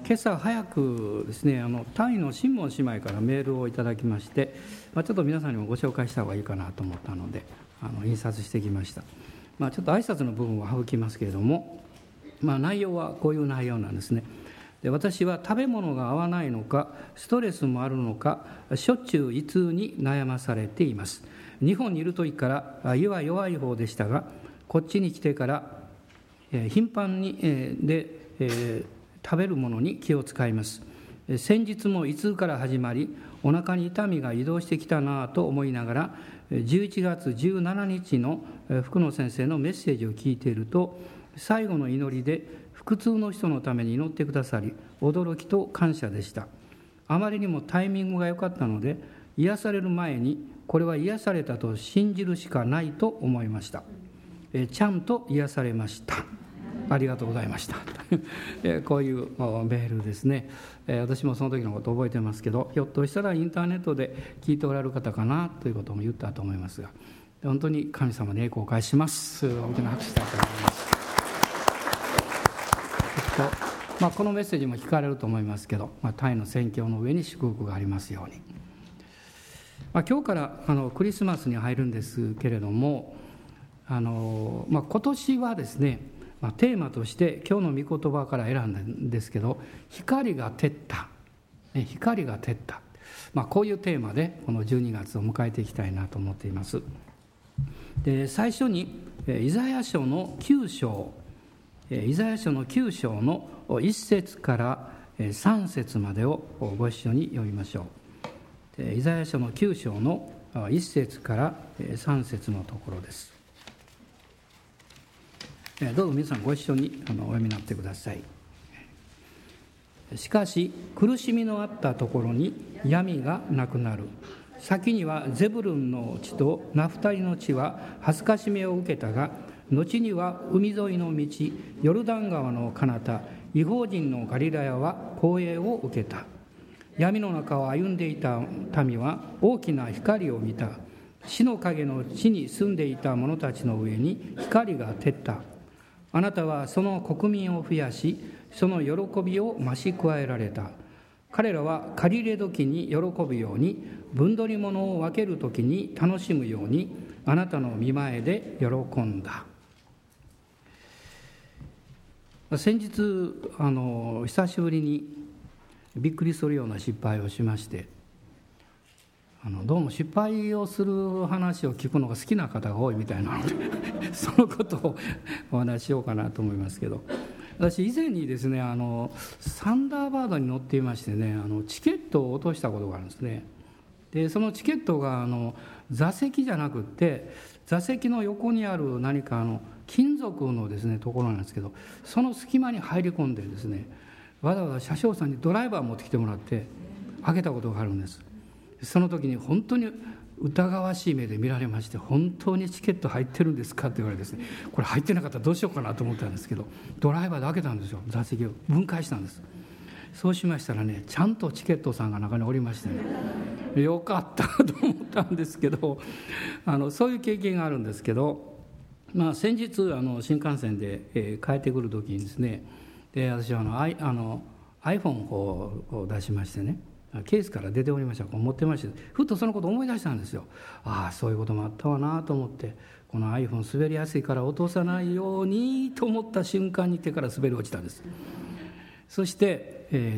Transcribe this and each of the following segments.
今朝早くですね、タイのシンモン姉妹からメールをいただきまして、ちょっと皆さんにもご紹介した方がいいかなと思ったので印刷してきました。ちょっと挨拶の部分は省きますけれども、内容はこういう内容なんですね。で、私は食べ物が合わないのか、ストレスもあるのか、しょっちゅう胃痛に悩まされています。日本にいる時から胃は弱い方でしたが、こっちに来てから頻繁に食べるものに気を使います。先日も胃痛から始まり、お腹に痛みが移動してきたなと思いながら、11月17日の福野先生のメッセージを聞いていると、最後の祈りで腹痛の人のために祈ってくださり、驚きと感謝でした。あまりにもタイミングが良かったので、癒される前にこれは癒されたと信じるしかないと思いました。ちゃんと癒されました。ありがとうございましたこういうメールですね。私もその時のこと覚えてますけど、ひょっとしたらインターネットで聞いておられる方かなということも言ったと思いますが、本当に神様に栄光を返します。大きな拍手したいと思います。このメッセージも聞かれると思いますけど、タイの宣教の上に祝福がありますように。今日からクリスマスに入るんですけれども、今年はですね、テーマとして今日の御言葉から選んだんですけど、光が照った、光が照った、こういうテーマでこの12月を迎えていきたいなと思っています。で、最初にイザヤ書の9章の1節から3節までをご一緒に読みましょう。イザヤ書の9章の1節から3節のところです。どうぞ皆さんご一緒にお読みになってください。しかし苦しみのあったところに闇がなくなる。先にはゼブルンの地とナフタリの地は恥ずかしめを受けたが、後には海沿いの道、ヨルダン川の彼方、異邦人のガリラヤは光栄を受けた。闇の中を歩んでいた民は大きな光を見た。死の影の地に住んでいた者たちの上に光が照った。あなたはその国民を増やし、その喜びを増し加えられた。彼らは借り入れ時に喜ぶように、分取り物を分ける時に楽しむように、あなたの御前で喜んだ。先日久しぶりにびっくりするような失敗をしまして、どうも失敗をする話を聞くのが好きな方が多いみたいなのでそのことをお話ししようかなと思いますけど、私以前にですねサンダーバードに乗っていましてね、チケットを落としたことがあるんですね。で、そのチケットが座席じゃなくって、座席の横にある何か金属のですねところなんですけど、その隙間に入り込んでですね、わざわざ車掌さんにドライバー持ってきてもらって開けたことがあるんです。その時に本当に疑わしい目で見られまして、本当にチケット入ってるんですかって言われてですね、これ入ってなかったらどうしようかなと思ったんですけど、ドライバーで開けたんですよ。座席を分解したんです。そうしましたらね、ちゃんとチケットさんが中におりましてね、よかったと思ったんですけど、そういう経験があるんですけど、先日新幹線で、帰ってくる時にですね、で、私はiPhone を出しましてね、ケースから出ておりました。こう持ってまして、ふっとそのことを思い出したんですよ。そういうこともあったわなと思って、この iPhone 滑りやすいから落とさないようにと思った瞬間に手から滑り落ちたんです。そして、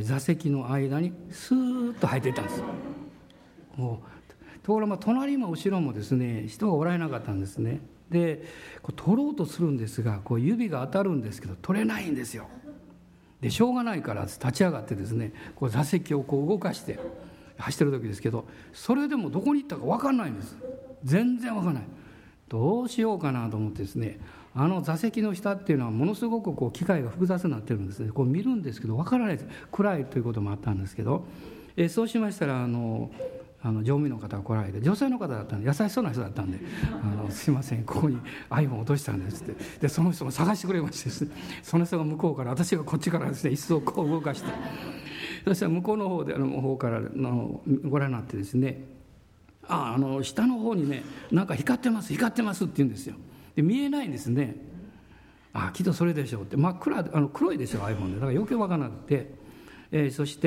座席の間にスーッと入っていったんです。ところが隣も後ろもですね、人がおられなかったんですね。で、取ろうとするんですが、指が当たるんですけど取れないんですよ。で、しょうがないから立ち上がってですね、座席を動かして走ってる時ですけど、それでもどこに行ったか分かんないんです。全然分かんない。どうしようかなと思ってですね、座席の下っていうのはものすごく機械が複雑になってるんですね。見るんですけど分からないです。暗いということもあったんですけど、そうしましたら乗務員の方が来られて、女性の方だったんで、優しそうな人だったんですいません、ここに iPhone 落としたんですって。で、その人も探してくれましてですね、その人が向こうから、私がこっちからですね、椅子を動かして、そしたら向こうの方からご覧になってですね、下の方にね、なんか光ってますって言うんですよ。で、見えないんですね。きっとそれでしょうって、真っ暗黒いでしょ iPhone で、だから余計分からなくて、 そして、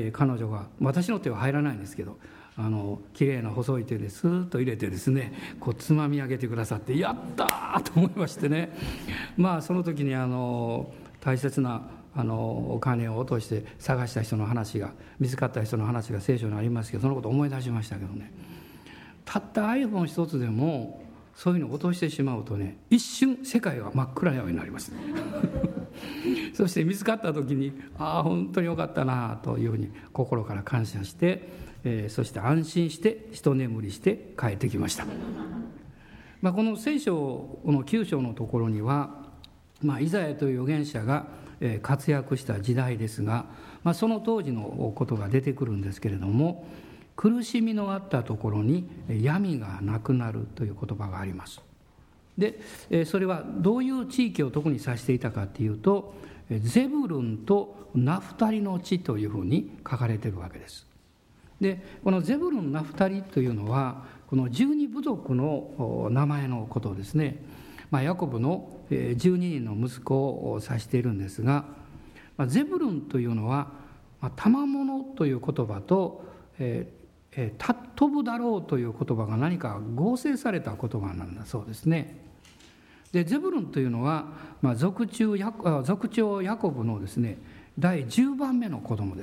彼女が私の手は入らないんですけどきれいな細い手でスーッと入れてですねこうつまみ上げてくださってやったーと思いましてね、その時に大切なお金を落として探した人の話が見つかった人の話が聖書にありますけど、そのことを思い出しましたけどね、たった iPhone 一つでもそういうのを落としてしまうとね、一瞬世界は真っ暗闇になりますそして見つかった時に本当によかったなというふうに心から感謝して、そして安心して一眠りして帰ってきました。この聖書の9章のところには、イザヤという預言者が活躍した時代ですが、その当時のことが出てくるんですけれども、苦しみのあったところに闇がなくなるという言葉があります。でそれはどういう地域を特に指していたかというと、ゼブルンとナフタリの地というふうに書かれているわけです。でこのゼブルンナフタリというのはこの12部族の名前のことですね。ヤコブの12人の息子を指しているんですが、ゼブルンというのは賜物という言葉と尊ぶだろうという言葉が何か合成された言葉なんだそうですね。でゼブルンというのは、族長ヤコブのですね第10番目の子供です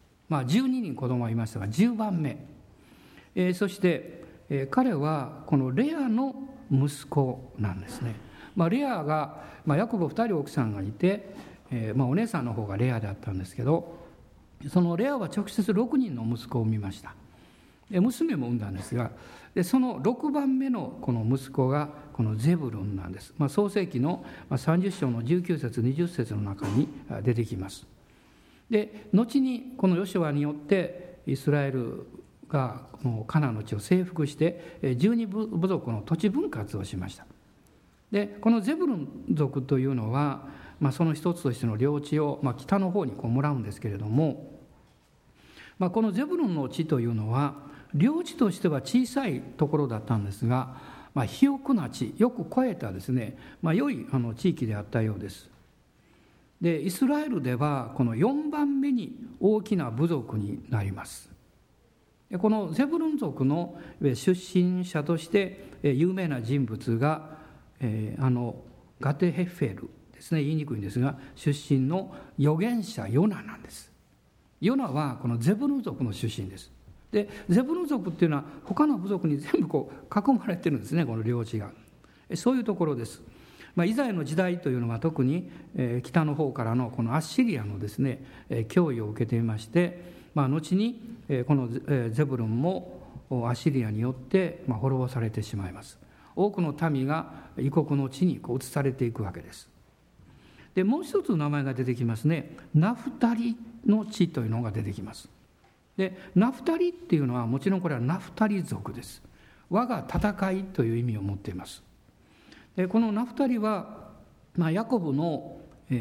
。12人子供がいましたが10番目、そして、彼はこのレアの息子なんですね。レアが、ヤコブ2人奥さんがいて、お姉さんの方がレアであったんですけど、そのレアは直接6人の息子を産みました。娘も産んだんですが、その6番目のこの息子がこのゼブルンなんです。創世記の30章の19節20節の中に出てきます。で後にこのヨシュアによってイスラエルがこのカナンの地を征服して12部族の土地分割をしました。でこのゼブルン族というのは、その一つとしての領地を、北の方にもらうんですけれども、このゼブルンの地というのは領地としては小さいところだったんですが、肥沃な地、よく肥えたですね、良い地域であったようです。でイスラエルではこの4番目に大きな部族になります。でこのゼブルン族の出身者として有名な人物がガテヘフェルですね、言いにくいんですが出身の預言者ヨナなんです。ヨナはこのゼブルン族の出身です。でゼブルン族っていうのは他の部族に全部囲まれてるんですね、この領地が。そういうところです。イザヤの時代というのは特に北の方からのこのアッシリアのですね脅威を受けていまして、後にこのゼブルンもアッシリアによって滅ぼされてしまいます。多くの民が異国の地に移されていくわけです。でもう一つ名前が出てきますね。ナフタリの地というのが出てきます。でナフタリっていうのはもちろんこれはナフタリ族です。我が戦いという意味を持っています。でこのナフタリは、ヤコブの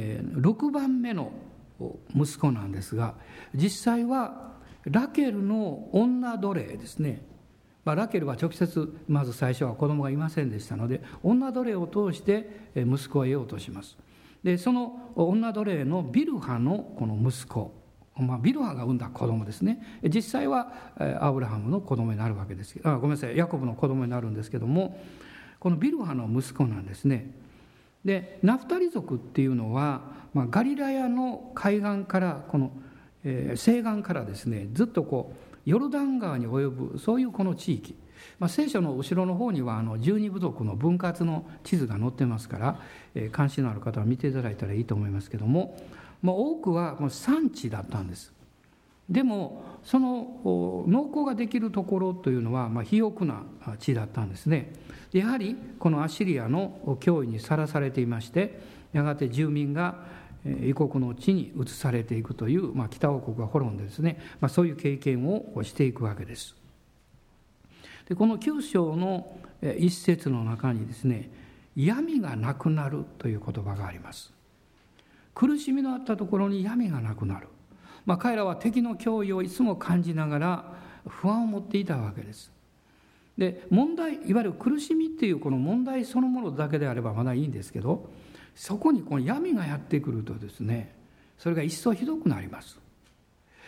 6番目の息子なんですが、実際はラケルの女奴隷ですね。ラケルは直接まず最初は子供がいませんでしたので、女奴隷を通して息子を得ようとします。でその女奴隷のビルハのこの息子、ビルハが産んだ子供ですね。実際はアブラハムの子供になるわけですけど、ごめんなさい、ヤコブの子供になるんですけども、このビルハの息子なんですね。でナフタリ族っていうのは、ガリラヤの海岸からこの、西岸からですねずっとヨルダン川に及ぶそういうこの地域、聖書の後ろの方には12部族の分割の地図が載ってますから、関心のある方は見ていただいたらいいと思いますけども、多くは山地だったんです。でもその農耕ができるところというのは肥沃な地だったんですね。やはりこのアッシリアの脅威にさらされていまして、やがて住民が異国の地に移されていくという、北王国が滅んでですね、そういう経験をしていくわけです。でこの9章の一節の中にですね、闇がなくなるという言葉があります。苦しみのあったところに闇がなくなる。彼らは敵の脅威をいつも感じながら不安を持っていたわけです。で問題、いわゆる苦しみっていうこの問題そのものだけであればまだいいんですけど、そこにこの闇がやってくるとですね、それが一層ひどくなります。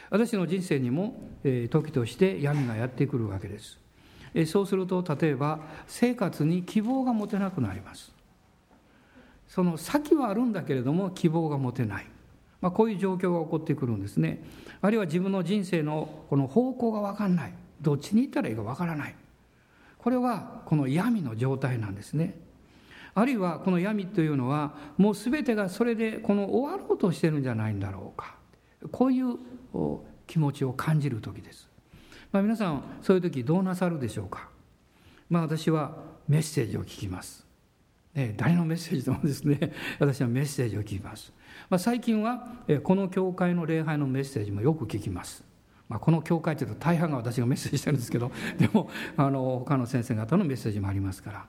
私の人生にも時として闇がやってくるわけです。そうすると例えば生活に希望が持てなくなります。その先はあるんだけれども希望が持てない、こういう状況が起こってくるんですね。あるいは自分の人生のこの方向が分かんない、どっちに行ったらいいか分からない、これはこの闇の状態なんですね。あるいはこの闇というのはもう全てがそれで終わろうとしてるんじゃないんだろうか、こういう気持ちを感じる時です。皆さんそういう時どうなさるでしょうか。私はメッセージを聞きます。誰のメッセージでもですね、私はメッセージを聞きます。最近はこの教会の礼拝のメッセージもよく聞きます。この教会というと大半が私がメッセージしてるんですけど、でも他の先生方のメッセージもありますから、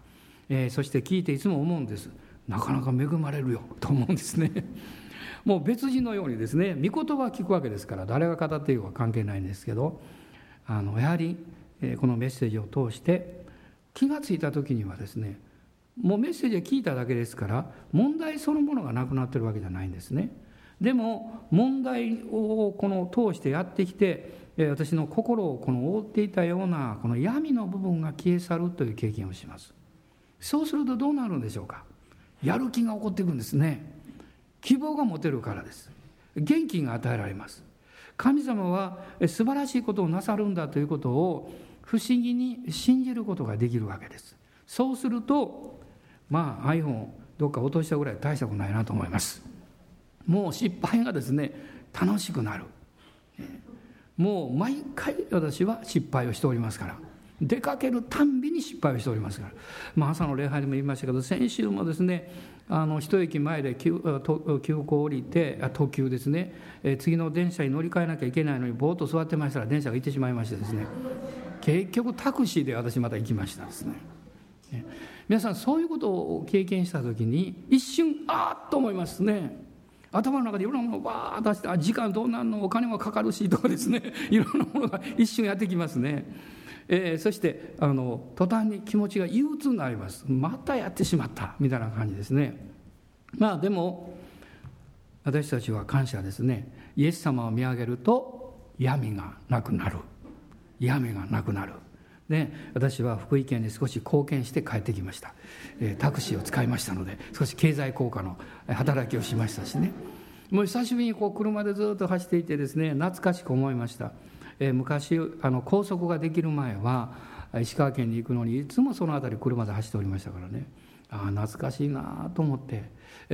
そして聞いていつも思うんです。なかなか恵まれるよと思うんですね。もう別人のようにですね、御言葉を聞くわけですから、誰が語っているか関係ないんですけど、やはりこのメッセージを通して気がついた時にはですね、もうメッセージを聞いただけですから問題そのものがなくなってるわけじゃないんですね。でも問題を通してやってきて、私の心を覆っていたようなこの闇の部分が消え去るという経験をします。そうするとどうなるんでしょうか。やる気が起こっていくんですね。希望が持てるからです。元気が与えられます。神様は素晴らしいことをなさるんだということを不思議に信じることができるわけです。そうするとiPhone どっか落としたぐらい大したことないなと思います。もう失敗がですね楽しくなる。もう毎回私は失敗をしておりますから、出かけるたんびに失敗をしておりますから、朝の礼拝でも言いましたけど、先週もですね一駅前で急行降りて特急ですね、次の電車に乗り換えなきゃいけないのにぼーっと座ってましたら電車が行ってしまいましてですね、結局タクシーで私また行きましたですね。皆さんそういうことを経験した時に一瞬と思いますね。頭の中でいろんなものをバーッと出して、時間どうなるの、お金もかかるしとかですね、いろんなものが一瞬やってきますね。そして途端に気持ちが憂鬱になります。またやってしまったみたいな感じですね。でも私たちは感謝ですね。イエス様を見上げると闇がなくなる、闇がなくなる。で、私は福井県に少し貢献して帰ってきました。タクシーを使いましたので少し経済効果の働きをしましたしね。もう久しぶりに車でずっと走っていてですね、懐かしく思いました。昔高速ができる前は石川県に行くのにいつもその辺り車で走っておりましたからね、懐かしいなと思って、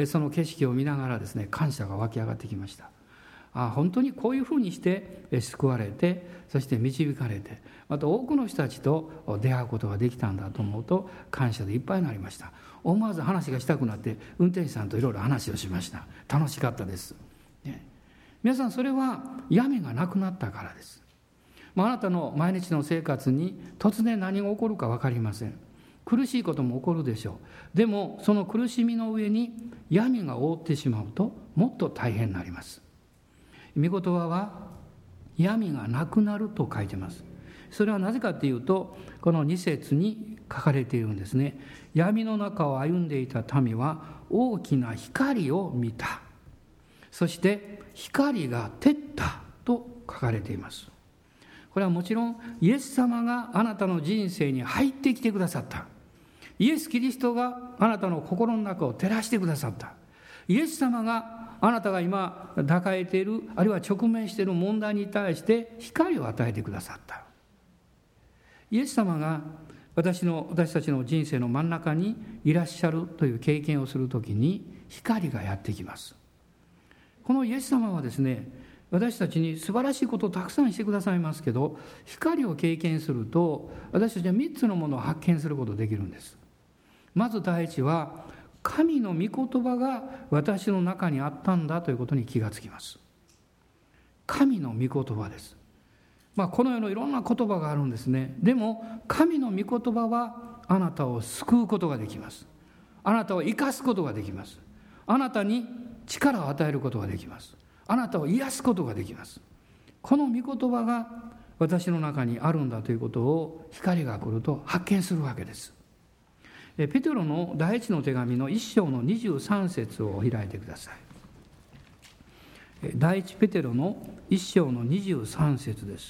その景色を見ながらですね感謝が湧き上がってきました。本当にこういうふうにして救われて、そして導かれて、また多くの人たちと出会うことができたんだと思うと感謝でいっぱいになりました。思わず話がしたくなって運転手さんといろいろ話をしました。楽しかったです、皆さんそれは闇がなくなったからです。あなたの毎日の生活に突然何が起こるか分かりません。苦しいことも起こるでしょう。でもその苦しみの上に闇が覆ってしまうともっと大変になります。御言葉は闇がなくなると書いてます。それはなぜかというと、この2節に書かれているんですね。闇の中を歩んでいた民は大きな光を見た。そして光が照ったと書かれています。これはもちろんイエス様があなたの人生に入ってきてくださった。イエス・キリストがあなたの心の中を照らしてくださった。イエス様があなたが今抱えている、あるいは直面している問題に対して光を与えてくださった。イエス様が私たちの人生の真ん中にいらっしゃるという経験をするときに光がやってきます。このイエス様はですね、私たちに素晴らしいことをたくさんしてくださいますけど、光を経験すると私たちは3つのものを発見することができるんです。まず第一は、神の御言葉が私の中にあったんだということに気がつきます。神の御言葉です。この世のいろんな言葉があるんですね。でも神の御言葉はあなたを救うことができます。あなたを生かすことができます。あなたに力を与えることができます。あなたを癒すことができます。この御言葉が私の中にあるんだということを光が来ると発見するわけです。ペテロの第一の手紙の1章の23節を開いてください。 第一ペテロの1章の23節です。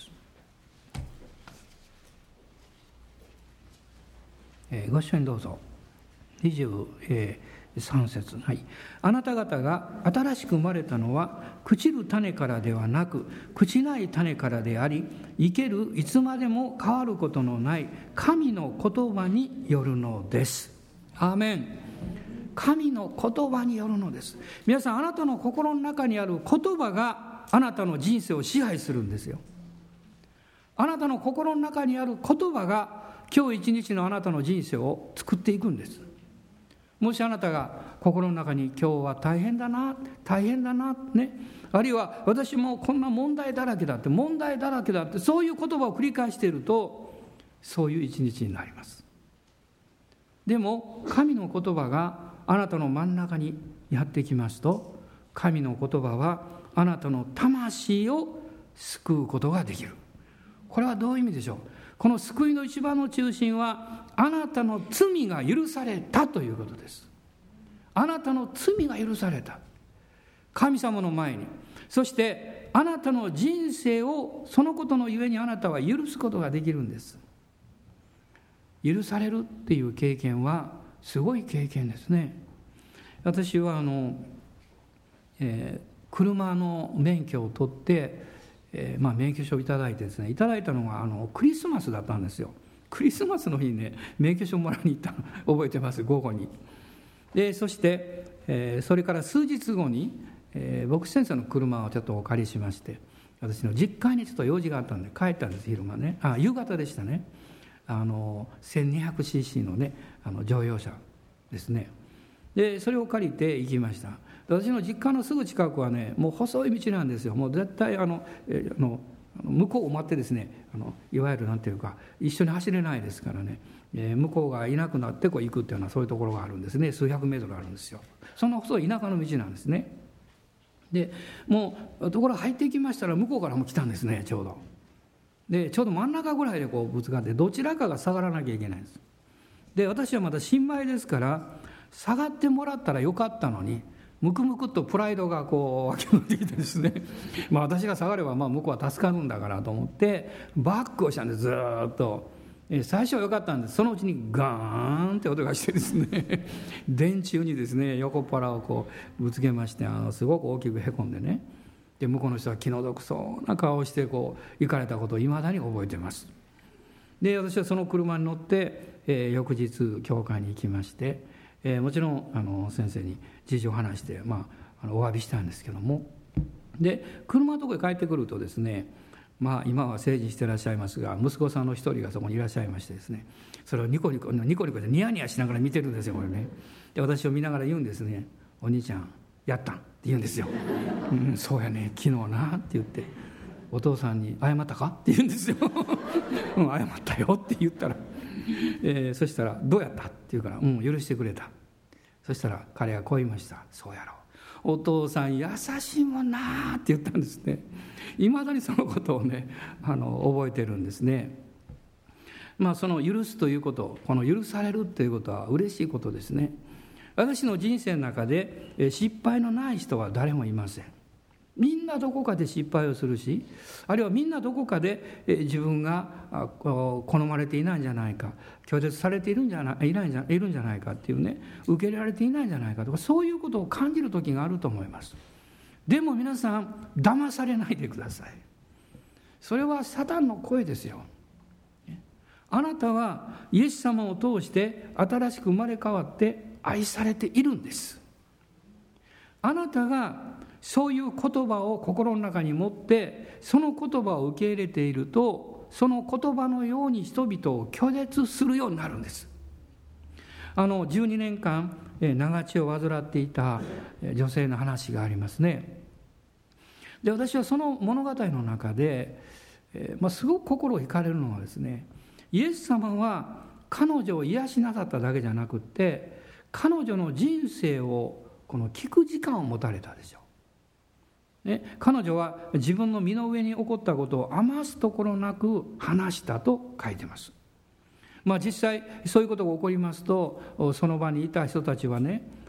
ご一緒にどうぞ。23節、はい。あなた方が新しく生まれたのは朽ちる種からではなく朽ちない種からであり、生けるいつまでも変わることのない神の言葉によるのです。アーメン。神の言葉によるのです。皆さん、あなたの心の中にある言葉があなたの人生を支配するんですよ。あなたの心の中にある言葉が今日一日のあなたの人生を作っていくんです。もしあなたが心の中に今日は大変だなね、あるいは私もこんな問題だらけだってそういう言葉を繰り返していると、そういう一日になります。でも神の言葉があなたの真ん中にやってきますと、神の言葉はあなたの魂を救うことができる。これはどういう意味でしょう。この救いの一番の中心は、あなたの罪が許されたということです。あなたの罪が許された、神様の前に。そしてあなたの人生をそのことのゆえにあなたは許すことができるんです。許されるっていう経験はすごい経験ですね。私は車の免許を取って、免許証をいただいてですね、いただいたのがクリスマスだったんですよ。クリスマスの日にね、免許証もらいに行ったの覚えてます。午後に。でそして、それから数日後に、牧師先生の車をちょっとお借りしまして、私の実家にちょっと用事があったんで帰ったんです。昼間ね、夕方でしたね。1200cc のね、乗用車ですね。でそれを借りて行きました。私の実家のすぐ近くはね、もう細い道なんですよ。もう絶対向こうを待ってですね、いわゆるなんていうか一緒に走れないですからね、向こうがいなくなって行くっていうのはそういうところがあるんですね。数百メートルあるんですよ。その細い田舎の道なんですね。でもうところ入っていきましたら、向こうからも来たんですね。ちょうど真ん中ぐらいでぶつかって、どちらかが下がらなきゃいけないんです。で私はまだ新米ですから、下がってもらったらよかったのに、むくむくっとプライドが湧き上がってきてですね私が下がれば向こうは助かるんだからと思ってバックをしたんです。ずっと最初は良かったんです。そのうちにガーンって音がしてですね電柱にですね横っ腹をぶつけまして、すごく大きくへこんでね、で向こうの人は気の毒そうな顔をして行かれたことをいまだに覚えています。で私はその車に乗って、翌日教会に行きまして、もちろん先生に事情を話して、お詫びしたんですけども、で車のところへ帰ってくるとですね、今は成人していらっしゃいますが、息子さんの一人がそこにいらっしゃいましてですね、それをニコニコでニヤニヤしながら見てるんですよ。これね。で私を見ながら言うんですね。お兄ちゃんやったんって言うんですよ。そうやね、昨日なって言って、お父さんに謝ったかって言うんですよ。謝ったよって言ったら、そしたらどうやったって言うから、許してくれた。そしたら彼がこう言いました。そうやろう、お父さん優しいもんなって言ったんですね。いまだにそのことをね覚えてるんですね。その許すということ、この許されるということは嬉しいことですね。私の人生の中で失敗のない人は誰もいません。みんなどこかで失敗をするし、あるいはみんなどこかで自分が好まれていないんじゃないか、拒絶されているんじゃないかっていうね、受け入れられていないんじゃないかとか、そういうことを感じる時があると思います。でも皆さん騙されないでください。それはサタンの声ですよ。あなたはイエス様を通して新しく生まれ変わって愛されているんです。あなたがそういう言葉を心の中に持ってその言葉を受け入れていると、その言葉のように人々を拒絶するようになるんです。12年間長血を患っていた女性の話がありますね。で私はその物語の中で、すごく心を惹かれるのはですね、イエス様は彼女を癒しなさっただけじゃなくって、彼女の人生を聞く時間を持たれたでしょ。彼女は自分の身の上に起こったことを余すところなく話したと書いてます。実際そういうことが起こりますと、その場にいた人たちはね、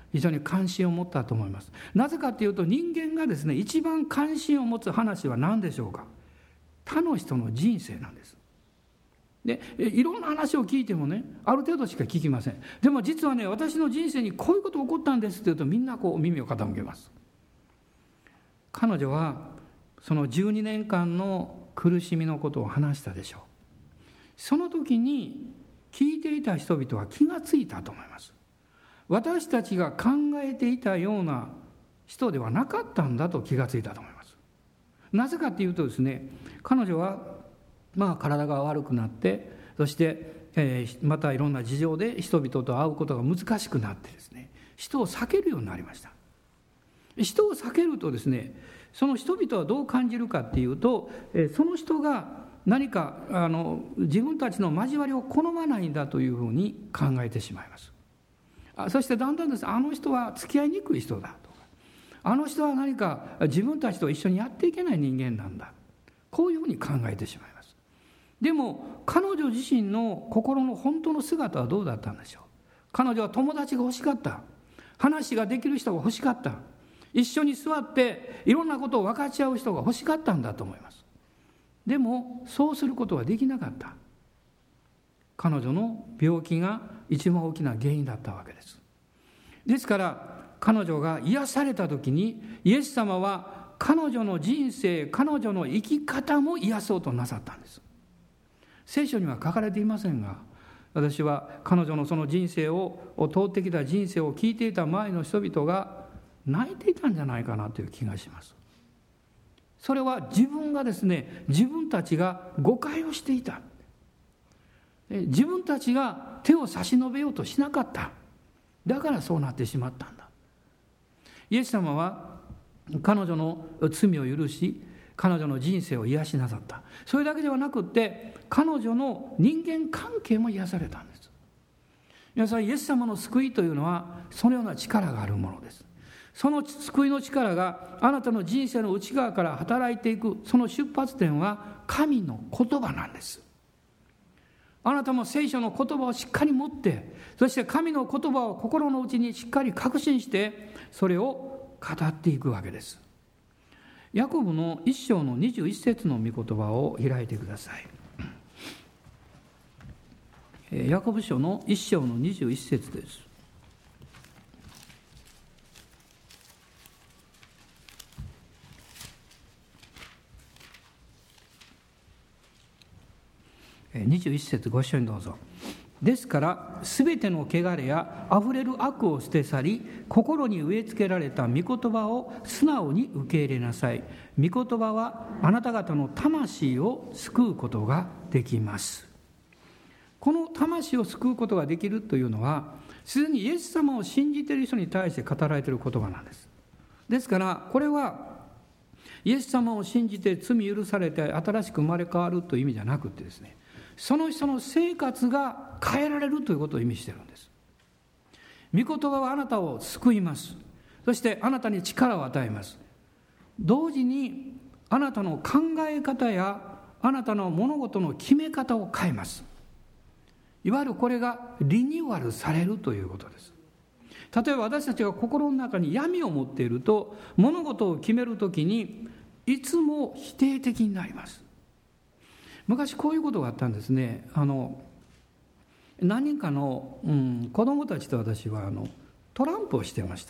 非常に関心を持ったと思います。なぜかというと、人間がですね、一番関心を持つ話は何でしょうか。他の人の人生なんです。で、いろんな話を聞いてもね、ある程度しか聞きません。でも実はね、私の人生にこういうこと起こったんですって言うと、みんなこう耳を傾けます。彼女はその12年間の苦しみのことを話したでしょう。その時に聞いていた人々は気がついたと思います。私たちが考えていたような人ではなかったんだと気がついたと思います。なぜかというとですね、彼女は体が悪くなって、そして、またいろんな事情で人々と会うことが難しくなってですね、人を避けるようになりました。人を避けるとですね、その人々はどう感じるかっていうと、その人が何か自分たちの交わりを好まないんだというふうに考えてしまいます。そしてだんだんです、あの人は付き合いにくい人だとか、あの人は何か自分たちと一緒にやっていけない人間なんだ、こういうふうに考えてしまいます。でも彼女自身の心の本当の姿はどうだったんでしょう。彼女は友達が欲しかった、話ができる人が欲しかった、一緒に座っていろんなことを分かち合う人が欲しかったんだと思います。でもそうすることはできなかった。彼女の病気が一番大きな原因だったわけです。ですから彼女が癒された時に、イエス様は彼女の人生、彼女の生き方も癒そうとなさったんです。聖書には書かれていませんが、私は彼女のその人生を通ってきた人生を聞いていた前の人々が泣いていたんじゃないかなという気がします。それは自分がですね、自分たちが誤解をしていた、自分たちが手を差し伸べようとしなかった、だからそうなってしまったんだ。イエス様は彼女の罪を許し、彼女の人生を癒しなさった。それだけではなくって、彼女の人間関係も癒されたんです。皆さん、イエス様の救いというのはそのような力があるものです。その救いの力があなたの人生の内側から働いていく、その出発点は神の言葉なんです。あなたも聖書の言葉をしっかり持って、そして神の言葉を心の内にしっかり確信して、それを語っていくわけです。ヤコブの1章の21節の御言葉を開いてください。ヤコブ書の1章の21節です。21節ご一緒にどうぞ。ですからすべての汚れやあふれる悪を捨て去り、心に植え付けられた御言葉を素直に受け入れなさい。御言葉はあなた方の魂を救うことができます。この魂を救うことができるというのは、すでにイエス様を信じている人に対して語られている言葉なんです。ですからこれはイエス様を信じて罪許されて新しく生まれ変わるという意味じゃなくてですね、その人の生活が変えられるということを意味しているんです。御言葉はあなたを救います。そしてあなたに力を与えます。同時にあなたの考え方やあなたの物事の決め方を変えます。いわゆるこれがリニューアルされるということです。例えば私たちが心の中に闇を持っていると、物事を決めるときにいつも否定的になります。昔こういうことがあったんですね。何人かの、子供たちと私はトランプをしてました。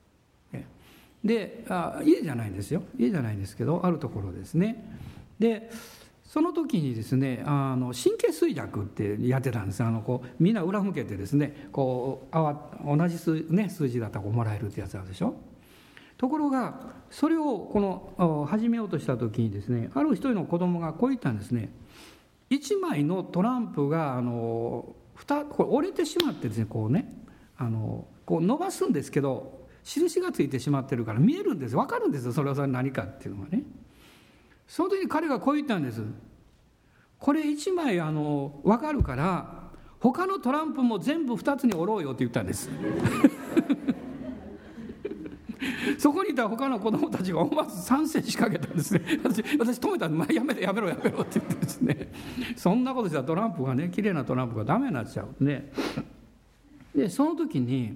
で、家じゃないんですよ。家じゃないんですけど、あるところですね。でその時にですね、神経衰弱ってやってたんです。みんな裏向けてですね、同じ数字だったらもらえるってやつあるでしょ。ところがそれを始めようとした時にですね、ある一人の子供がこう言ったんですね。1枚のトランプがこれ折れてしまってですね、こう伸ばすんですけど印がついてしまってるから見えるんです。分かるんですよ、それは何かっていうのがね。その時に彼がこう言ったんです。これ1枚分かるから他のトランプも全部2つに折ろうよって言ったんですそこにいた他の子供たちが思わず賛成しかけたんですね。私止めたんで、やめろって言ってですね、そんなことしたらトランプがね、綺麗なトランプがダメになっちゃうね。でその時に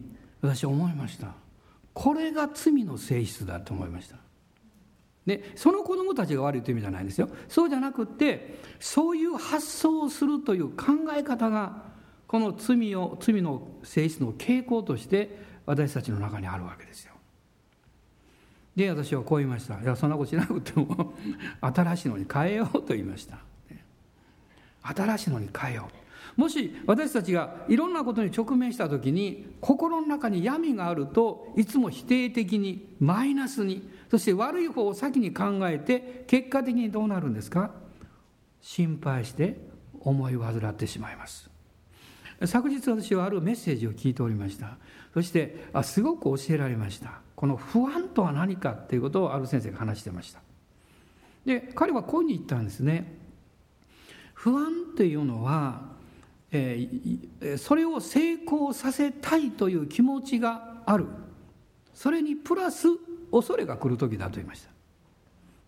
私は思いました。これが罪の性質だと思いました。でその子供たちが悪いという意味じゃないんですよ。そうじゃなくて、そういう発想をするという考え方がこの罪の性質の傾向として私たちの中にあるわけですよ。で私はこう言いました。いや、そんなことしなくても新しいのに変えようと言いました。新しいのに変えよう。もし私たちがいろんなことに直面したときに、心の中に闇があると、いつも否定的にマイナスに、そして悪い方を先に考えて、結果的にどうなるんですか？心配して思い患ってしまいます。昨日私はあるメッセージを聞いておりました。そしてすごく教えられました。この不安とは何かということをある先生が話してました。で彼はこういうふうに言ったんですね。不安というのは、それを成功させたいという気持ちがある、それにプラス恐れが来る時だと言いました。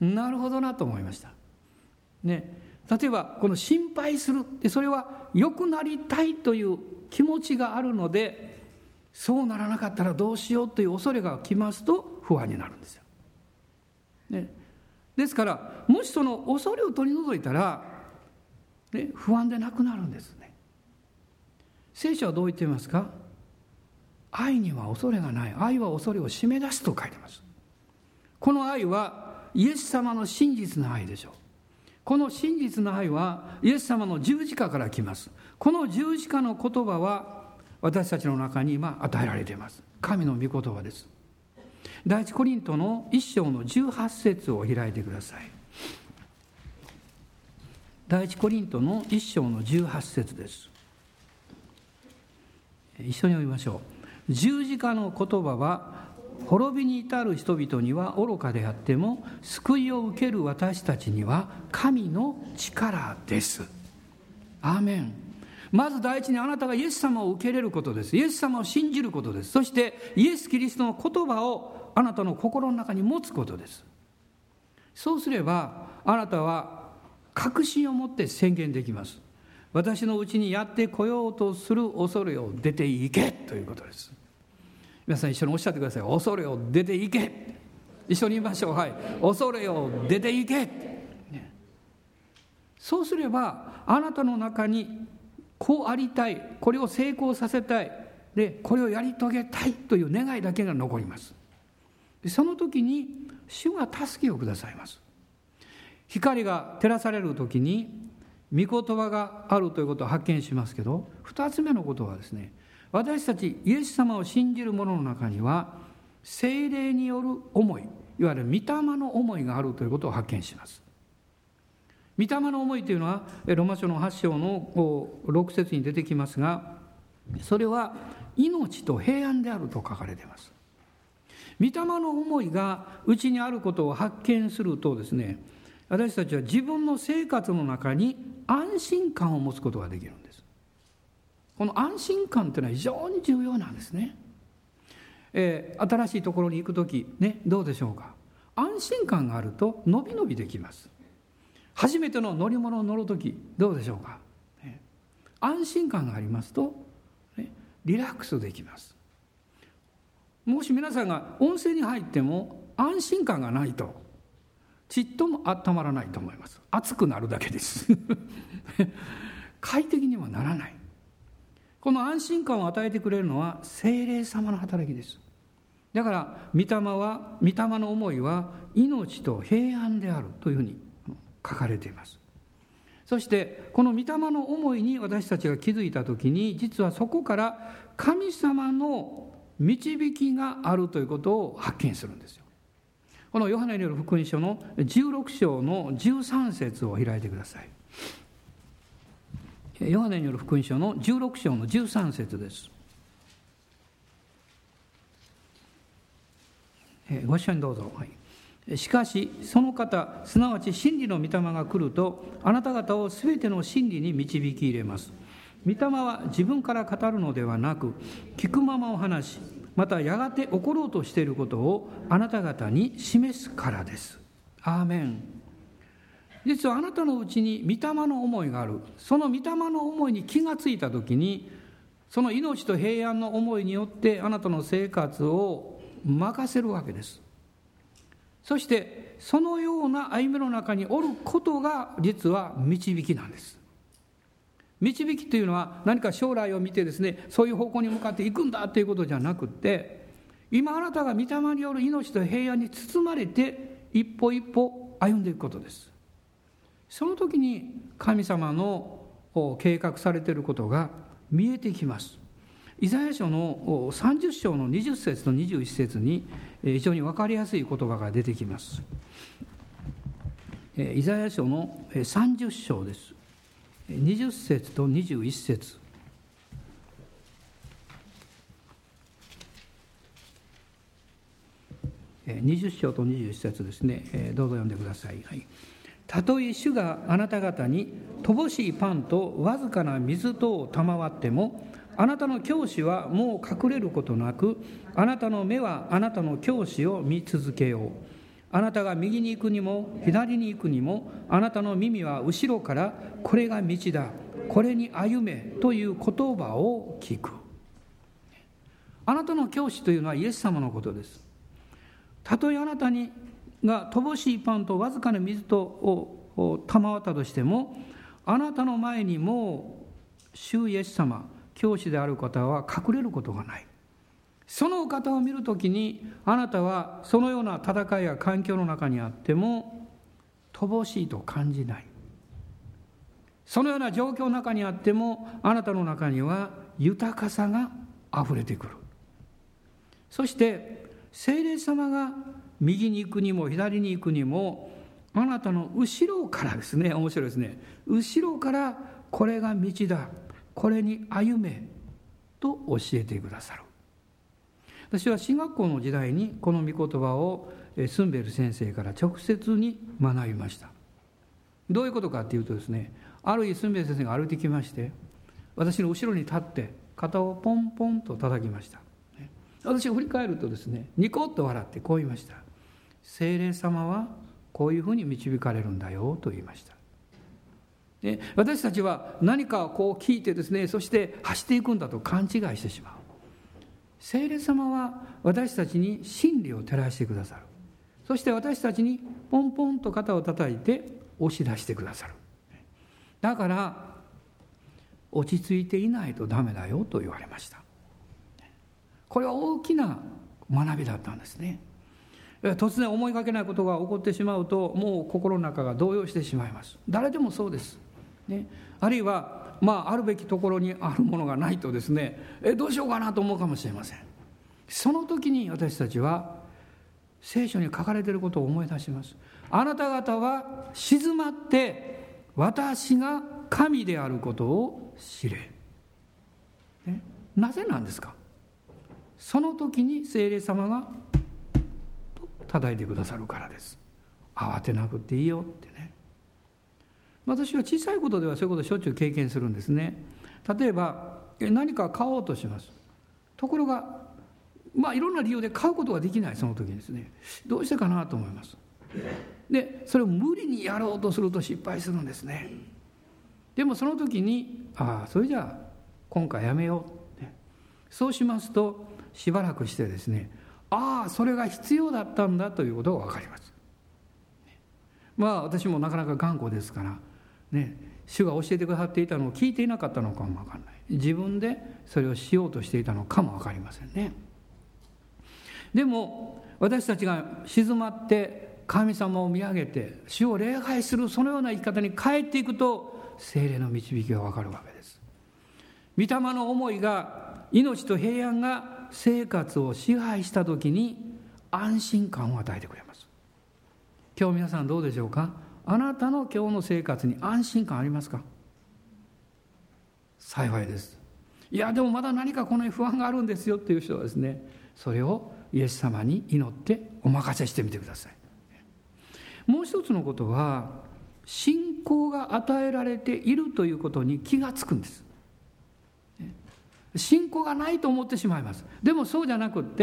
なるほどなと思いました、ね。例えばこの心配する、それは良くなりたいという気持ちがあるので、そうならなかったらどうしようという恐れが来ますと不安になるんですよ、ね。ですからもしその恐れを取り除いたら、ね、不安でなくなるんですね。聖書はどう言っていますか？愛には恐れがない。愛は恐れを締め出すと書いてます。この愛はイエス様の真実な愛でしょう。この真実な愛はイエス様の十字架から来ます。この十字架の言葉は私たちの中に今与えられています。神の御言葉です。第一コリントの1章の18節を開いてください。第一コリントの1章の18節です。一緒に読みましょう。十字架の言葉は滅びに至る人々には愚かであっても、救いを受ける私たちには神の力です。アーメン。まず第一にあなたがイエス様を受け入れることです。イエス様を信じることです。そしてイエス・キリストの言葉をあなたの心の中に持つことです。そうすればあなたは確信を持って宣言できます。私のうちにやってこようとする恐れを出ていけということです。皆さん一緒におっしゃってください。恐れを出ていけ。一緒に言いましょう。はい。恐れを出ていけ、ね。そうすればあなたの中にこうありたい、これを成功させたい、でこれをやり遂げたいという願いだけが残ります。でその時に主が助けをくださいます。光が照らされる時に御言葉があるということを発見しますけど、2つ目のことはですね、私たちイエス様を信じる者の中には聖霊による思い、いわゆる御霊の思いがあるということを発見します。御霊の思いというのはローマ書の8章の6節に出てきますが、それは命と平安であると書かれています。御霊の思いがうちにあることを発見するとですね、私たちは自分の生活の中に安心感を持つことができるんです。この安心感というのは非常に重要なんですね。新しいところに行くとき、ね、どうでしょうか。安心感があるとのびのびできます。初めての乗り物に乗るときどうでしょうか。安心感がありますと、ね、リラックスできます。もし皆さんが温泉に入っても安心感がないとちっとも温まらないと思います。熱くなるだけです快適にはならない。この安心感を与えてくれるのは聖霊様の働きです。だから御霊の思いは命と平安であるというふうに書かれています。そしてこの御霊の思いに私たちが気づいたときに、実はそこから神様の導きがあるということを発見するんですよ。このヨハネによる福音書の16章の13節を開いてください。ヨハネによる福音書の16章の13節です。ご一緒にどうぞ。はい。しかしその方、すなわち真理の御霊が来ると、あなた方をすべての真理に導き入れます。御霊は自分から語るのではなく、聞くままを話し、またやがて起ころうとしていることをあなた方に示すからです。アーメン。実はあなたのうちに御霊の思いがある。その御霊の思いに気がついたときに、 その命と平安の思いによってあなたの生活を任せるわけです。そしてそのような歩みの中におることが実は導きなんです。導きというのは何か将来を見てですね、そういう方向に向かっていくんだということじゃなくて、今あなたが御霊による命と平安に包まれて一歩一歩歩んでいくことです。その時に神様の計画されていることが見えてきます。イザヤ書の30章の20節と21節に非常に分かりやすい言葉が出てきます。イザヤ書の30章です。20節と21節。20章と21節ですね。どうぞ読んでください。はい。たとえ主があなた方に乏しいパンとわずかな水とを賜っても、あなたの教師はもう隠れることなく、あなたの目はあなたの教師を見続けよう。あなたが右に行くにも左に行くにも、あなたの耳は後ろからこれが道だ、これに歩めという言葉を聞く。あなたの教師というのはイエス様のことです。たとえあなたにが乏しいパンとわずかな水とを賜ったとしても、あなたの前にも主イエス様、教師である方は隠れることがない。そのお方を見るときに、あなたはそのような戦いや環境の中にあっても乏しいと感じない。そのような状況の中にあっても、あなたの中には豊かさがあふれてくる。そして聖霊様が右に行くにも左に行くにも、あなたの後ろからですね、面白いですね、後ろからこれが道だ、これに歩めと教えてくださる。私は進学校の時代にこの御言葉をスンベル先生から直接に学びました。どういうことかというとですね、ある日スンベル先生が歩いてきまして、私の後ろに立って肩をポンポンと叩きました。私が振り返るとですね、ニコッと笑ってこう言いました。聖霊様はこういうふうに導かれるんだよと言いました。で、私たちは何かこう聞いてですね、そして走っていくんだと勘違いしてしまう。聖霊様は私たちに真理を照らしてくださる。そして私たちにポンポンと肩を叩いて押し出してくださる。だから落ち着いていないとダメだよと言われました。これは大きな学びだったんですね。突然思いがけないことが起こってしまうと、もう心の中が動揺してしまいます。誰でもそうです、ね、あるいはあるべきところにあるものがないとですね、どうしようかなと思うかもしれません。その時に私たちは聖書に書かれていることを思い出します。あなた方は静まって私が神であることを知れ、ね、なぜなんですか。その時に聖霊様が叩いてくださるからです。慌てなくていいよってね。私は小さいことではそういうことをしょっちゅう経験するんですね。例えば何か買おうとします。ところがいろんな理由で買うことができない。その時にですね、どうしてかなと思います。でそれを無理にやろうとすると失敗するんですね。でもその時にそれじゃあ今回やめよう、ね、そうしますとしばらくしてですね、それが必要だったんだということが分かります。私もなかなか頑固ですからね、主が教えてくださっていたのを聞いていなかったのかも分からない。自分でそれをしようとしていたのかも分かりませんね。でも私たちが静まって神様を見上げて主を礼拝する、そのような生き方に変えていくと聖霊の導きが分かるわけです。御霊の思いが、命と平安が生活を支配した時に安心感を与えてくれます。今日皆さんどうでしょうか。あなたの今日の生活に安心感ありますか。幸いです。いやでもまだ何かこの不安があるんですよっていう人はですね、それをイエス様に祈ってお任せしてみてください。もう一つのことは、信仰が与えられているということに気がつくんです。信仰がないと思ってしまいます。でもそうじゃなくって、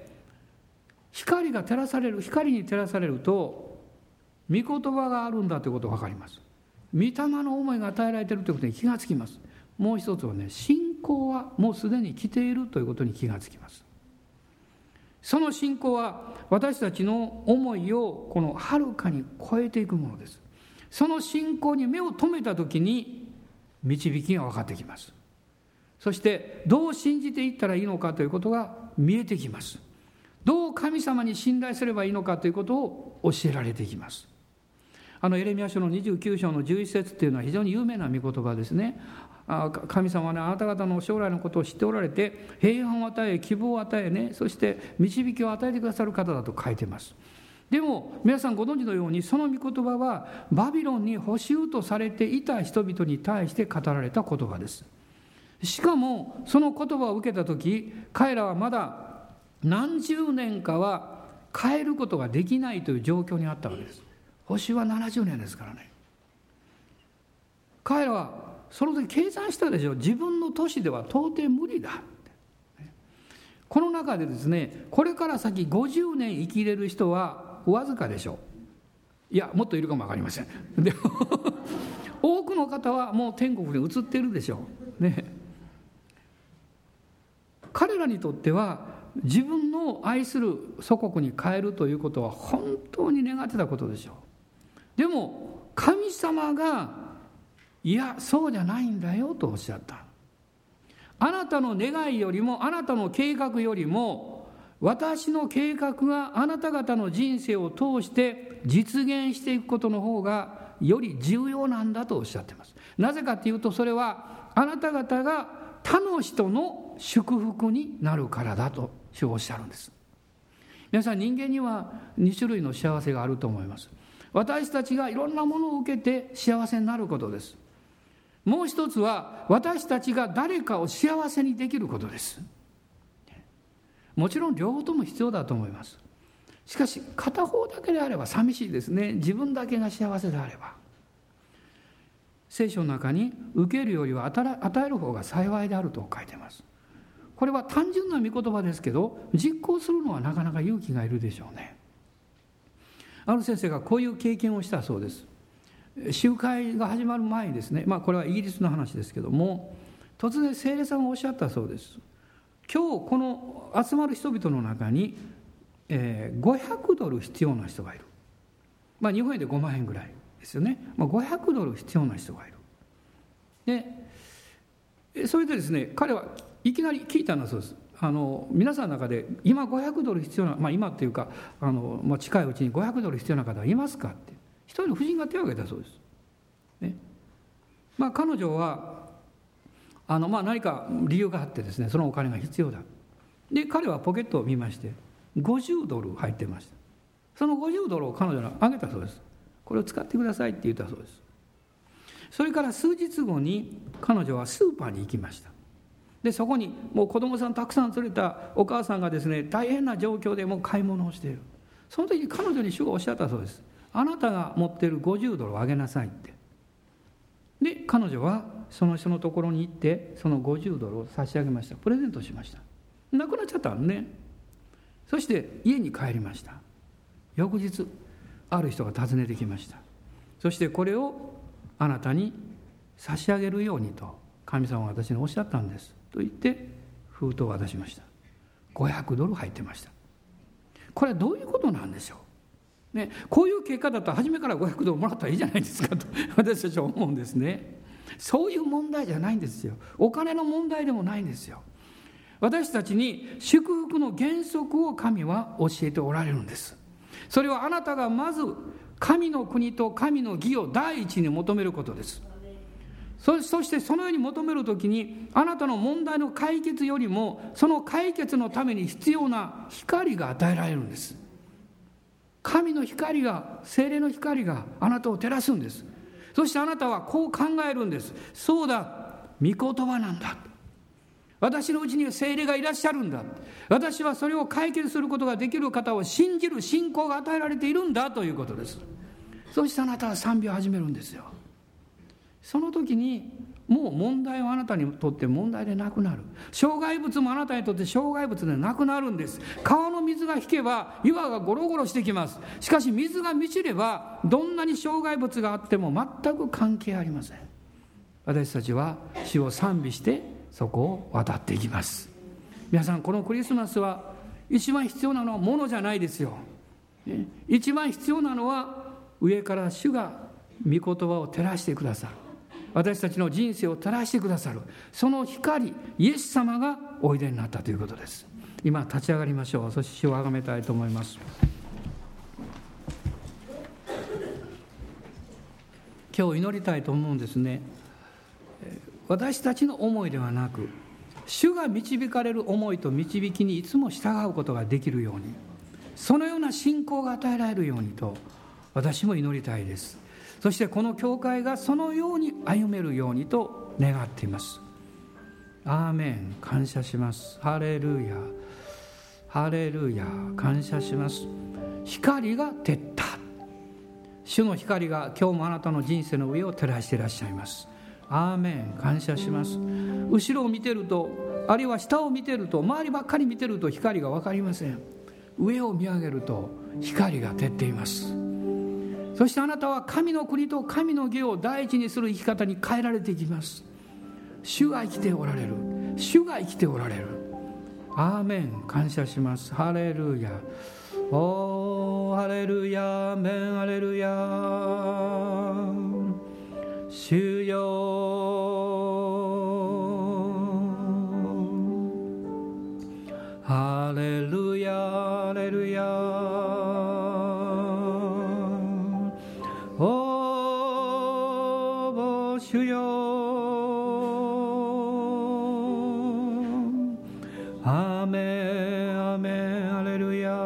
光に照らされると御言葉があるんだということが分かります。御霊の思いが与えられているということに気がつきます。もう一つはね、信仰はもうすでに来ているということに気がつきます。その信仰は私たちの思いをこの遥かに超えていくものです。その信仰に目を留めたときに導きが分かってきます。そしてどう信じていったらいいのかということが見えてきます。どう神様に信頼すればいいのかということを教えられていきます。エレミヤ書の29章の11節っていうのは非常に有名な御言葉ですね。神様はね、あなた方の将来のことを知っておられて、平安を与え、希望を与えね、そして導きを与えてくださる方だと書いています。でも皆さんご存知のように、その御言葉はバビロンに捕囚とされていた人々に対して語られた言葉です。しかもその言葉を受けたとき、彼らはまだ何十年かは変えることができないという状況にあったわけです。捕囚は70年ですからね。彼らはその時計算したでしょう。自分の年では到底無理だ。この中でですね、これから先50年生きれる人はわずかでしょう。いや、もっといるかも分かりません。でも多くの方はもう天国に移っているでしょう、ね。彼らにとっては自分の愛する祖国に帰るということは本当に願ってたことでしょう。でも神様がいやそうじゃないんだよとおっしゃった。あなたの願いよりも、あなたの計画よりも、私の計画があなた方の人生を通して実現していくことの方がより重要なんだとおっしゃっています。なぜかというと、それはあなた方が他の人の祝福になるからだと主はおっしゃるんです。皆さん、人間には2種類の幸せがあると思います。私たちがいろんなものを受けて幸せになることです。もう一つは私たちが誰かを幸せにできることです。もちろん両方とも必要だと思います。しかし片方だけであれば寂しいですね。自分だけが幸せであれば。聖書の中に受けるよりは与える方が幸いであると書いています。これは単純な御言葉ですけど、実行するのはなかなか勇気がいるでしょうね。ある先生がこういう経験をしたそうです。集会が始まる前にですね、これはイギリスの話ですけども、突然聖霊さんがおっしゃったそうです。今日この集まる人々の中に、500ドル必要な人がいる。日本円で5万円ぐらいですよね。500ドル必要な人がいる。でそれでですね、彼はいきなり聞いたんだそうです。皆さんの中で今500ドル必要な、今っていうか近いうちに500ドル必要な方はいますかって、一人の婦人が手を挙げたそうです、ね。彼女は何か理由があってですね、そのお金が必要だ。で彼はポケットを見まして50ドル入ってました。その50ドルを彼女にあげたそうです。これを使ってくださいって言ったそうです。それから数日後に彼女はスーパーに行きました。でそこにもう子供さんたくさん連れたお母さんがですね、大変な状況でもう買い物をしている。その時に彼女に主がおっしゃったそうです。あなたが持っている50ドルをあげなさいって。で彼女はその人のところに行ってその50ドルを差し上げました。プレゼントしました。なくなっちゃったのね。そして家に帰りました。翌日ある人が訪ねてきました。そしてこれをあなたに差し上げるようにと神様は私におっしゃったんですと言って封筒を渡しました。500ドル入ってました。これはどういうことなんでしょう、ね、こういう結果だと初めから500ドルもらったらいいじゃないですかと私たちは思うんですね。そういう問題じゃないんですよ。お金の問題でもないんですよ。私たちに祝福の原則を神は教えておられるんです。それはあなたがまず神の国と神の義を第一に求めることです。そしてそのように求めるときにあなたの問題の解決よりもその解決のために必要な光が与えられるんです。神の光が、聖霊の光があなたを照らすんです。そしてあなたはこう考えるんです。そうだ、御言葉なんだ。私のうちには聖霊がいらっしゃるんだ。私はそれを解決することができる方を信じる信仰が与えられているんだということです。そしてあなたは賛美を始めるんですよ。その時にもう問題はあなたにとって問題でなくなる。障害物もあなたにとって障害物でなくなるんです。川の水が引けば岩がゴロゴロしてきます。しかし水が満ちればどんなに障害物があっても全く関係ありません。私たちは主を賛美してそこを渡っていきます。皆さん、このクリスマスは一番必要なのは物じゃないですよ。一番必要なのは上から主が御言葉を照らしてくださる、私たちの人生を照らしてくださる、その光、イエス様がおいでになったということです。今立ち上がりましょう。そして主をあがめたいと思います。今日祈りたいと思うんですね。私たちの思いではなく、主が導かれる思いと導きにいつも従うことができるように、そのような信仰が与えられるようにと私も祈りたいです。そしてこの教会がそのように歩めるようにと願っています。アーメン。感謝します。ハレルヤ、ハレルヤ。感謝します。光が照った。主の光が今日もあなたの人生の上を照らしていらっしゃいます。アーメン。感謝します。後ろを見てると、あるいは下を見てると、周りばっかり見てると光が分かりません。上を見上げると光が照っています。そしてあなたは神の国と神の義を第一にする生き方に変えられていきます。主が生きておられる。主が生きておられる。アーメン。感謝します。ハレルヤ。おー、ハレルヤ、アーメン、ハレルヤ。主よ、ハレルヤ、ハレルヤ。おー、主よ、アーメン、アーメン、ハレルヤ。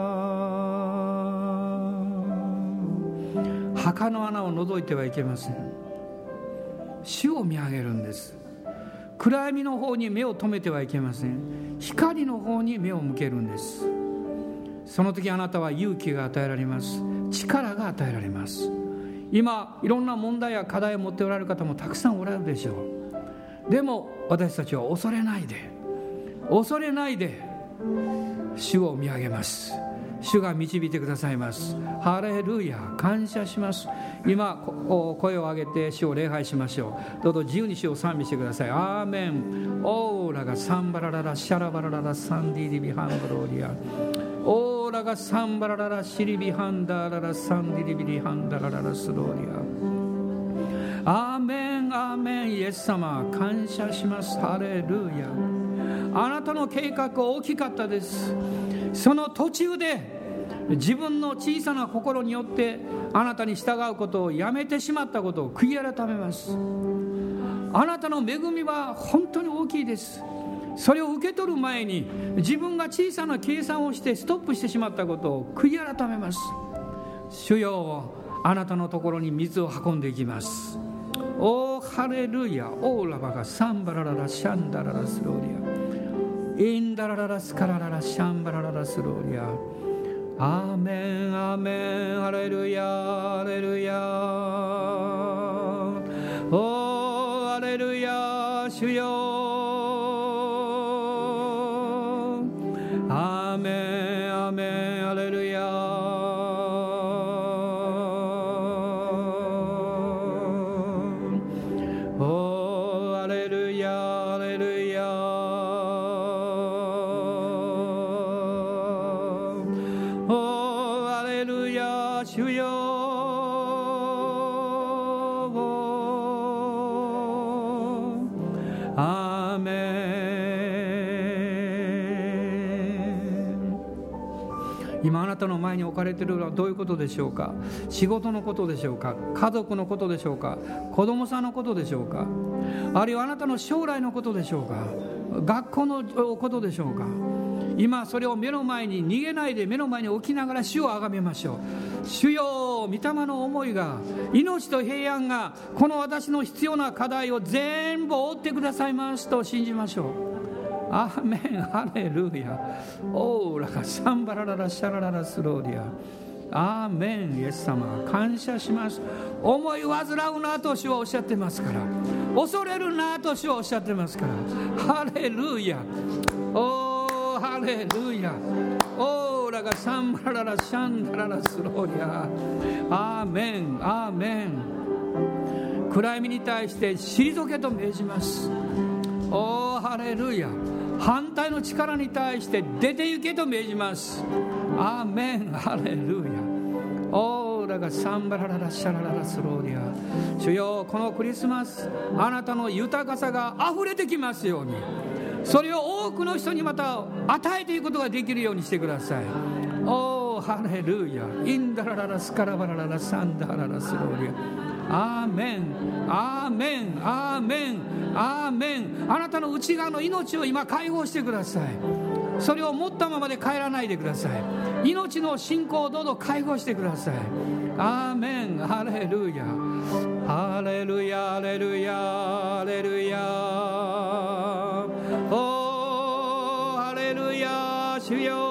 墓の穴を覗いてはいけません。主を見上げるんです。暗闇の方に目を留めてはいけません。光の方に目を向けるんです。その時あなたは勇気が与えられます。力が与えられます。今いろんな問題や課題を持っておられる方もたくさんおられるでしょう。でも私たちは恐れないで、恐れないで主を見上げます。主が導いてくださいます。ハレルヤ。感謝します。今声を上げて主を礼拝しましょう。どうぞ自由に主を賛美してください。アーメン。オーラがサンバラララシャラバラララサンディリビハンドローリア。オーラがサンバラララシリビハンダララサンディリビリハンダラララスローリア。アーメン、アーメン。イエス様感謝します。ハレルヤ。あなたの計画大きかったです。その途中で自分の小さな心によってあなたに従うことをやめてしまったことを悔い改めます。あなたの恵みは本当に大きいです。それを受け取る前に自分が小さな計算をしてストップしてしまったことを悔い改めます。主よ、あなたのところに水を運んでいきます。オーハレルヤ。オーラバがサンバラララシャンダララスローリア。インダラララスカラララシャンバラララスローリア。アーメン、アーメン、ハレルヤ、ハレルヤ。おー、ハレルヤ、主よ。アーメン、アーメン、ハレルヤ。おー、ハレルヤ、ハレルヤ。主よ、アーメン。今あなたの前に置かれているのはどういうことでしょうか。仕事のことでしょうか。家族のことでしょうか。子供さんのことでしょうか。あるいはあなたの将来のことでしょうか。学校のことでしょうか。今それを目の前に逃げないで、目の前に置きながら主をあがめましょう。主よ、御霊の思いが、命と平安がこの私の必要な課題を全部覆ってくださいますと信じましょう。アーメン、ハレルヤ。オーラがサンバラララシャラララスローリア。アーメン。イエス様感謝します。思い煩うなと主はおっしゃってますから、恐れるなと主はおっしゃってますから、ハレルヤ。ハレルヤ。オーラがサンバララシャンダララスローリア。アーメン、アーメン。暗闇に対して退けと命じます。ハハレルヤ。反対の力に対して出て行けと命じます。アーメン。ハレルヤ。オーラがサンバラララシャラララスローディア。主よ、このクリスマス、あなたの豊かさがあふれてきますように、それを多くの人にまた与えていくことができるようにしてください。おーハレルヤ。インダラララスカラバラララサンダララスローディア。アーメン、アーメン、アーメン、アーメン。あなたの内側の命を今解放してください。それを持ったままで帰らないでください。命の信仰をどうぞ解放してください。アーメン。ハレルヤ、ハレルヤ、ハレルヤ、ハレルヤ。おーハレルヤ。主よ、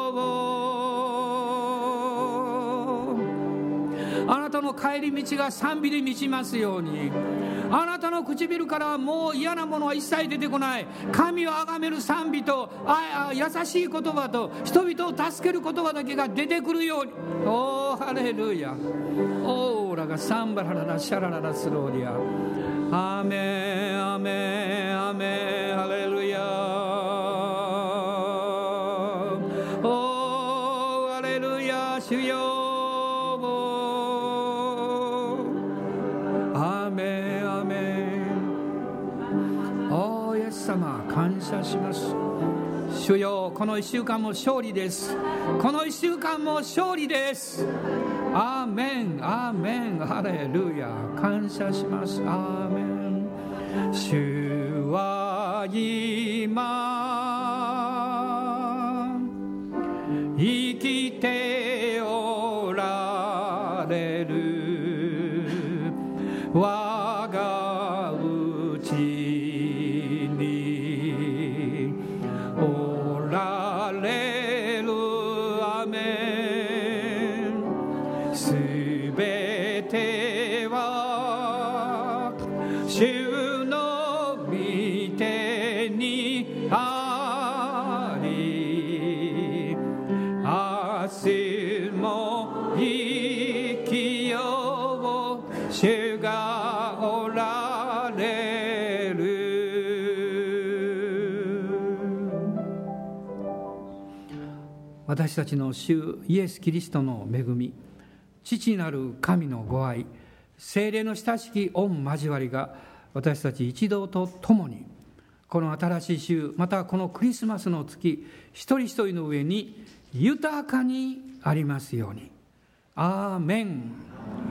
あなたの帰り道が賛美で満ちますように。あなたの唇からはもう嫌なものは一切出てこない。神を崇める賛美と優しい言葉と人々を助ける言葉だけが出てくるように。おーハレルヤ。オーラがサンバラララシャラララスローディア。アーメン、アーメン、アーメン、ハレルヤ。おーハレルヤ。主よ、感謝します。主よ、この1週間も勝利です。この1週間も勝利です。アーメン、アーメン、ハレルヤ。感謝します。アーメン。主は今生きておられる。我がうちにおられる。アメン。すべては主の御手にあり、明日も生きよう。主がおられる。私たちの主イエス・キリストの恵み、父なる神のご愛、聖霊の親しき御交わりが私たち一同と共に、この新しい週、またこのクリスマスの月、一人一人の上に豊かにありますように。アーメン。